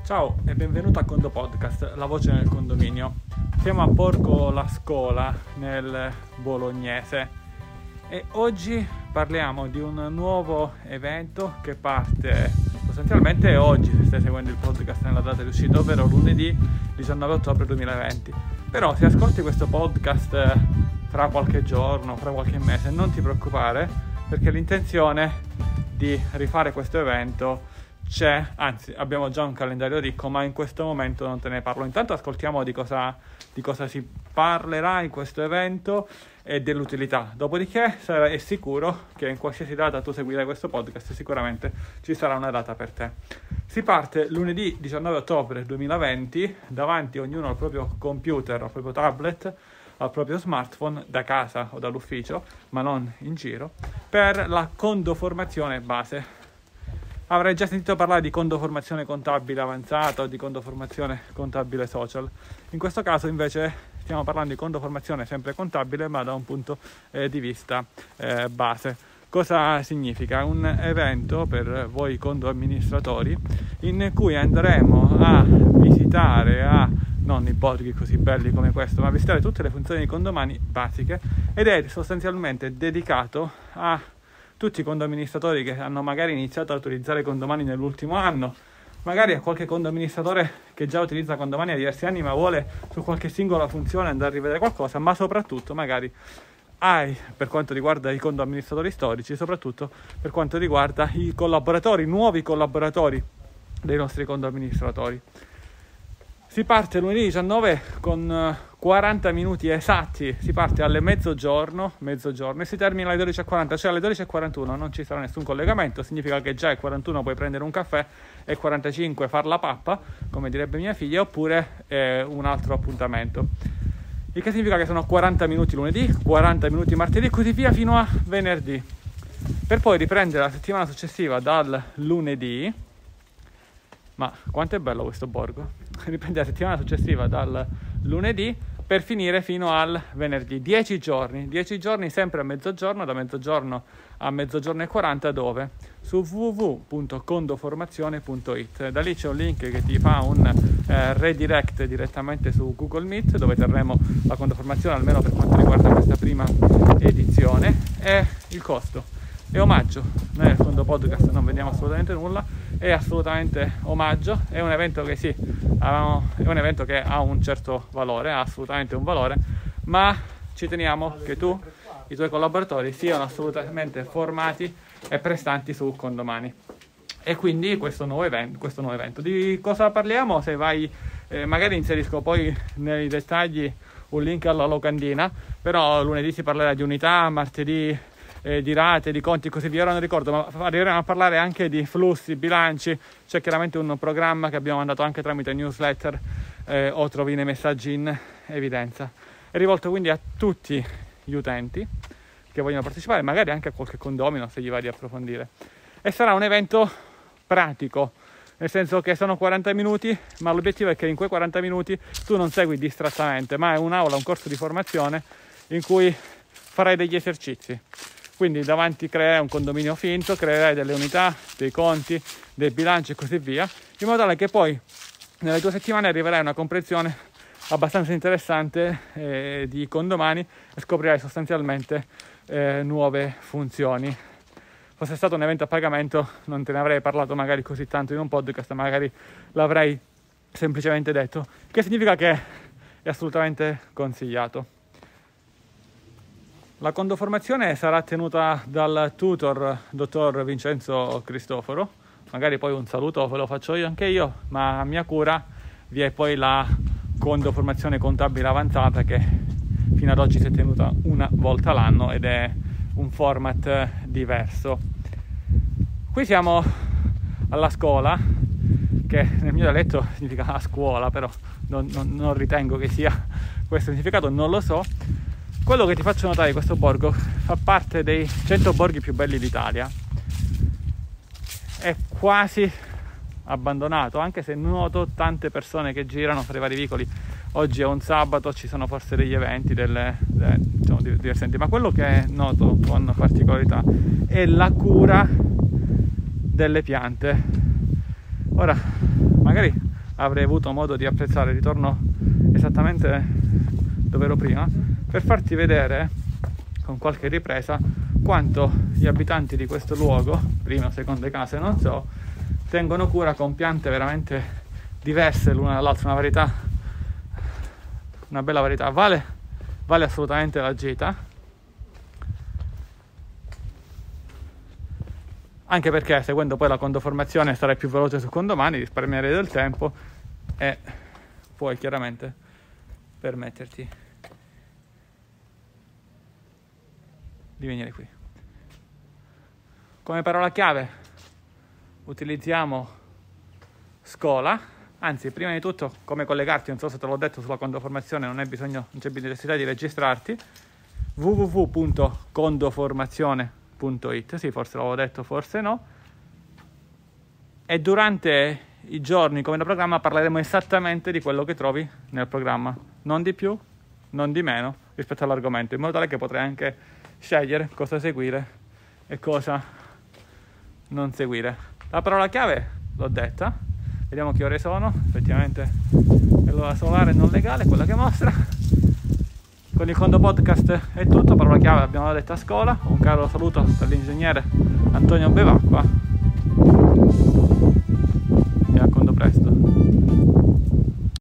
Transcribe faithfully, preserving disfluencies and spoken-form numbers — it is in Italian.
Ciao e benvenuto a Condo Podcast, la voce nel condominio. Siamo a Porco La Scola, nel bolognese, e oggi parliamo di un nuovo evento che parte sostanzialmente oggi, se stai seguendo il podcast nella data di uscita, ovvero lunedì diciannove ottobre duemilaventi. Però se ascolti questo podcast fra qualche giorno, fra qualche mese, non ti preoccupare, perché l'intenzione di rifare questo evento c'è, anzi abbiamo già un calendario ricco, ma in questo momento non te ne parlo. Intanto ascoltiamo di cosa, di cosa si parlerà in questo evento e dell'utilità. Dopodiché è sicuro che in qualsiasi data tu seguirai questo podcast, sicuramente ci sarà una data per te. Si parte lunedì diciannove ottobre duemilaventi, davanti ognuno al proprio computer, al proprio tablet, al proprio smartphone, da casa o dall'ufficio, ma non in giro, per la condoformazione base. Avrai già sentito parlare di condoformazione contabile avanzata o di condoformazione contabile social. In questo caso invece stiamo parlando di condoformazione sempre contabile, ma da un punto eh, di vista eh, base. Cosa significa? Un evento per voi condo amministratori in cui andremo a visitare, a non i borghi così belli come questo, ma a visitare tutte le funzioni di condomani basiche, ed è sostanzialmente dedicato a tutti i condo amministratori che hanno magari iniziato a utilizzare condomani nell'ultimo anno, magari a qualche condo amministratore che già utilizza condomani da diversi anni ma vuole su qualche singola funzione andare a rivedere qualcosa, ma soprattutto magari hai, per quanto riguarda i condo amministratori storici, soprattutto per quanto riguarda i collaboratori, nuovi collaboratori dei nostri condo amministratori. Si parte lunedì diciannove con quaranta minuti esatti, si parte alle mezzogiorno, mezzogiorno e si termina alle dodici e quaranta, cioè alle dodici e quarantuno non ci sarà nessun collegamento, significa che già alle quarantuno puoi prendere un caffè e quarantacinque far la pappa, come direbbe mia figlia, oppure eh, un altro appuntamento. Il che significa che sono quaranta minuti lunedì, quaranta minuti martedì e così via fino a venerdì, per poi riprendere la settimana successiva dal lunedì. Ma quanto è bello questo borgo! Riprende la settimana successiva dal lunedì per finire fino al venerdì. dieci giorni, dieci giorni sempre a mezzogiorno, da mezzogiorno a mezzogiorno e quaranta, dove? Su w w w punto condoformazione punto i t. Da lì c'è un link che ti fa un eh, redirect direttamente su Google Meet, dove terremo la condoformazione, almeno per quanto riguarda questa prima edizione, e il costo. È omaggio, noi nel Condo Podcast non vendiamo assolutamente nulla, è assolutamente omaggio, è un evento che sì, è un evento che ha un certo valore, ha assolutamente un valore, ma ci teniamo che tu, i tuoi collaboratori siano assolutamente formati e prestanti su condomani. E quindi questo nuovo evento, questo nuovo evento. Di cosa parliamo? Se vai, eh, magari inserisco poi nei dettagli un link alla locandina, però lunedì si parlerà di unità, martedì Eh, di rate, di conti e così via, ora non ricordo, ma arriveremo a parlare anche di flussi, bilanci. C'è chiaramente un programma che abbiamo mandato anche tramite newsletter eh, o trovi nei messaggi in evidenza. È rivolto quindi a tutti gli utenti che vogliono partecipare, magari anche a qualche condomino se gli va di approfondire, e sarà un evento pratico, nel senso che sono quaranta minuti, ma l'obiettivo è che in quei quaranta minuti tu non segui distrattamente, ma è un'aula, un corso di formazione in cui farai degli esercizi. Quindi davanti creerai un condominio finto, creerai delle unità, dei conti, dei bilanci e così via, in modo tale che poi nelle tue settimane arriverai a una comprensione abbastanza interessante eh, di condomani e scoprirai sostanzialmente eh, nuove funzioni. Fosse stato un evento a pagamento non te ne avrei parlato magari così tanto in un podcast, magari l'avrei semplicemente detto, che significa che è assolutamente consigliato. La condoformazione sarà tenuta dal tutor dottor Vincenzo Cristoforo, magari poi un saluto ve lo faccio io anche io, ma a mia cura vi è poi la condoformazione contabile avanzata, che fino ad oggi si è tenuta una volta l'anno ed è un format diverso. Qui siamo alla scuola, che nel mio dialetto significa a scuola, però non, non, non ritengo che sia questo il significato, non lo so. Quello che ti faccio notare di questo borgo fa parte dei cento borghi più belli d'Italia. È quasi abbandonato, anche se noto tante persone che girano fra i vari vicoli. Oggi è un sabato, ci sono forse degli eventi, delle, delle, diciamo, divertenti, ma quello che noto con particolarità è la cura delle piante. Ora, magari avrei avuto modo di apprezzare. Ritorno esattamente dove ero prima per farti vedere con qualche ripresa quanto gli abitanti di questo luogo, prime o seconde case non so, tengono cura con piante veramente diverse l'una dall'altra, una varietà, una bella varietà. Vale, vale assolutamente la gita, anche perché seguendo poi la condoformazione sarai più veloce su condomani, risparmierai del tempo e puoi chiaramente permetterti di venire qui. Come parola chiave utilizziamo scuola, anzi prima di tutto come collegarti, non so se te l'ho detto sulla condoformazione, non, è bisogno, non c'è necessità di registrarti, w w w punto condoformazione punto it, sì forse l'avevo detto, forse no, e durante i giorni come nel programma parleremo esattamente di quello che trovi nel programma, non di più, non di meno rispetto all'argomento, in modo tale che potrai anche scegliere cosa seguire e cosa non seguire. La parola chiave l'ho detta, vediamo che ore sono, effettivamente è l'ora solare non legale, quella che mostra. Con il Condo Podcast è tutto, parola chiave abbiamo detta a scuola, un caro saluto dall'ingegnere Antonio Bevacqua.